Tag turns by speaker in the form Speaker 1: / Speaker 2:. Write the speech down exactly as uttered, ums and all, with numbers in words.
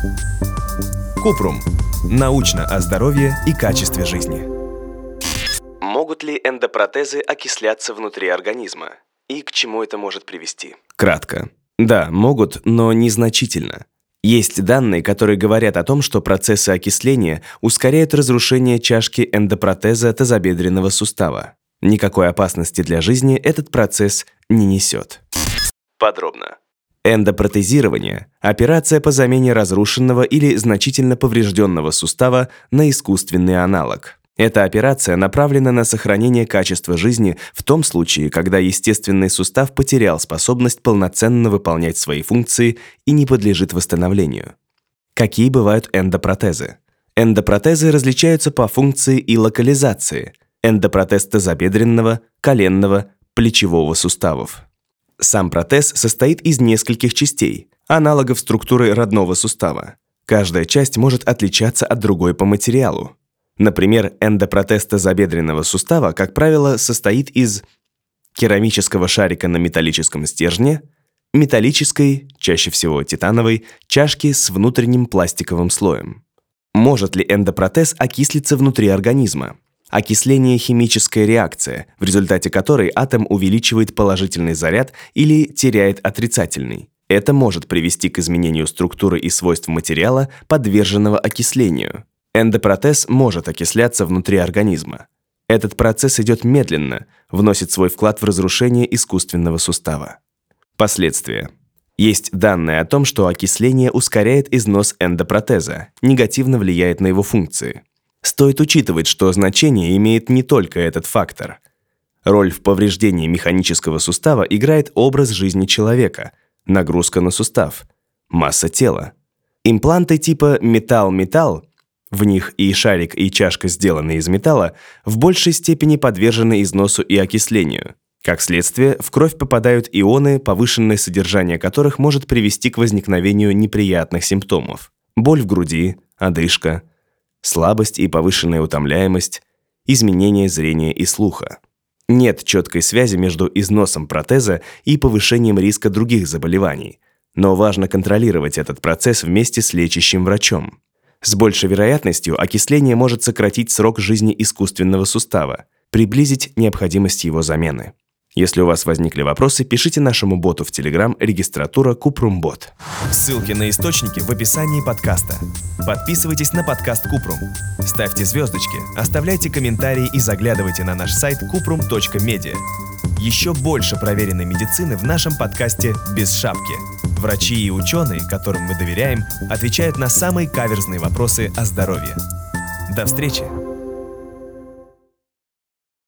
Speaker 1: Купрум. Научно о здоровье и качестве жизни.
Speaker 2: Могут ли эндопротезы окисляться внутри организма? И к чему это может привести?
Speaker 1: Кратко. Да, могут, но незначительно. Есть данные, которые говорят о том, что процессы окисления ускоряют разрушение чашки эндопротеза тазобедренного сустава. Никакой опасности для жизни этот процесс не несет.
Speaker 2: Подробно.
Speaker 1: Эндопротезирование – операция по замене разрушенного или значительно поврежденного сустава на искусственный аналог. Эта операция направлена на сохранение качества жизни в том случае, когда естественный сустав потерял способность полноценно выполнять свои функции и не подлежит восстановлению. Какие бывают эндопротезы? Эндопротезы различаются по функции и локализации. Эндопротез тазобедренного, коленного, плечевого суставов. Сам протез состоит из нескольких частей, аналогов структуры родного сустава. Каждая часть может отличаться от другой по материалу. Например, эндопротез тазобедренного сустава, как правило, состоит из керамического шарика на металлическом стержне, металлической, чаще всего титановой, чашки с внутренним пластиковым слоем. Может ли эндопротез окислиться внутри организма? Окисление – химическая реакция, в результате которой атом увеличивает положительный заряд или теряет отрицательный. Это может привести к изменению структуры и свойств материала, подверженного окислению. Эндопротез может окисляться внутри организма. Этот процесс идет медленно, вносит свой вклад в разрушение искусственного сустава. Последствия. Есть данные о том, что окисление ускоряет износ эндопротеза, негативно влияет на его функции. Стоит учитывать, что значение имеет не только этот фактор. Роль в повреждении механического сустава играет образ жизни человека, нагрузка на сустав, масса тела. Импланты типа металл-металл, в них и шарик, и чашка сделаны из металла, в большей степени подвержены износу и окислению. Как следствие, в кровь попадают ионы, повышенное содержание которых может привести к возникновению неприятных симптомов. Боль в груди, одышка, слабость и повышенная утомляемость, изменение зрения и слуха. Нет четкой связи между износом протеза и повышением риска других заболеваний, но важно контролировать этот процесс вместе с лечащим врачом. С большей вероятностью окисление может сократить срок жизни искусственного сустава, приблизить необходимость его замены. Если у вас возникли вопросы, пишите нашему боту в Telegram регистратура Купрумбот.
Speaker 3: Ссылки на источники в описании подкаста. Подписывайтесь на подкаст Купрум. Ставьте звездочки, оставляйте комментарии и заглядывайте на наш сайт купрум точка медиа. Еще больше проверенной медицины в нашем подкасте «Без шапки». Врачи и ученые, которым мы доверяем, отвечают на самые каверзные вопросы о здоровье. До встречи!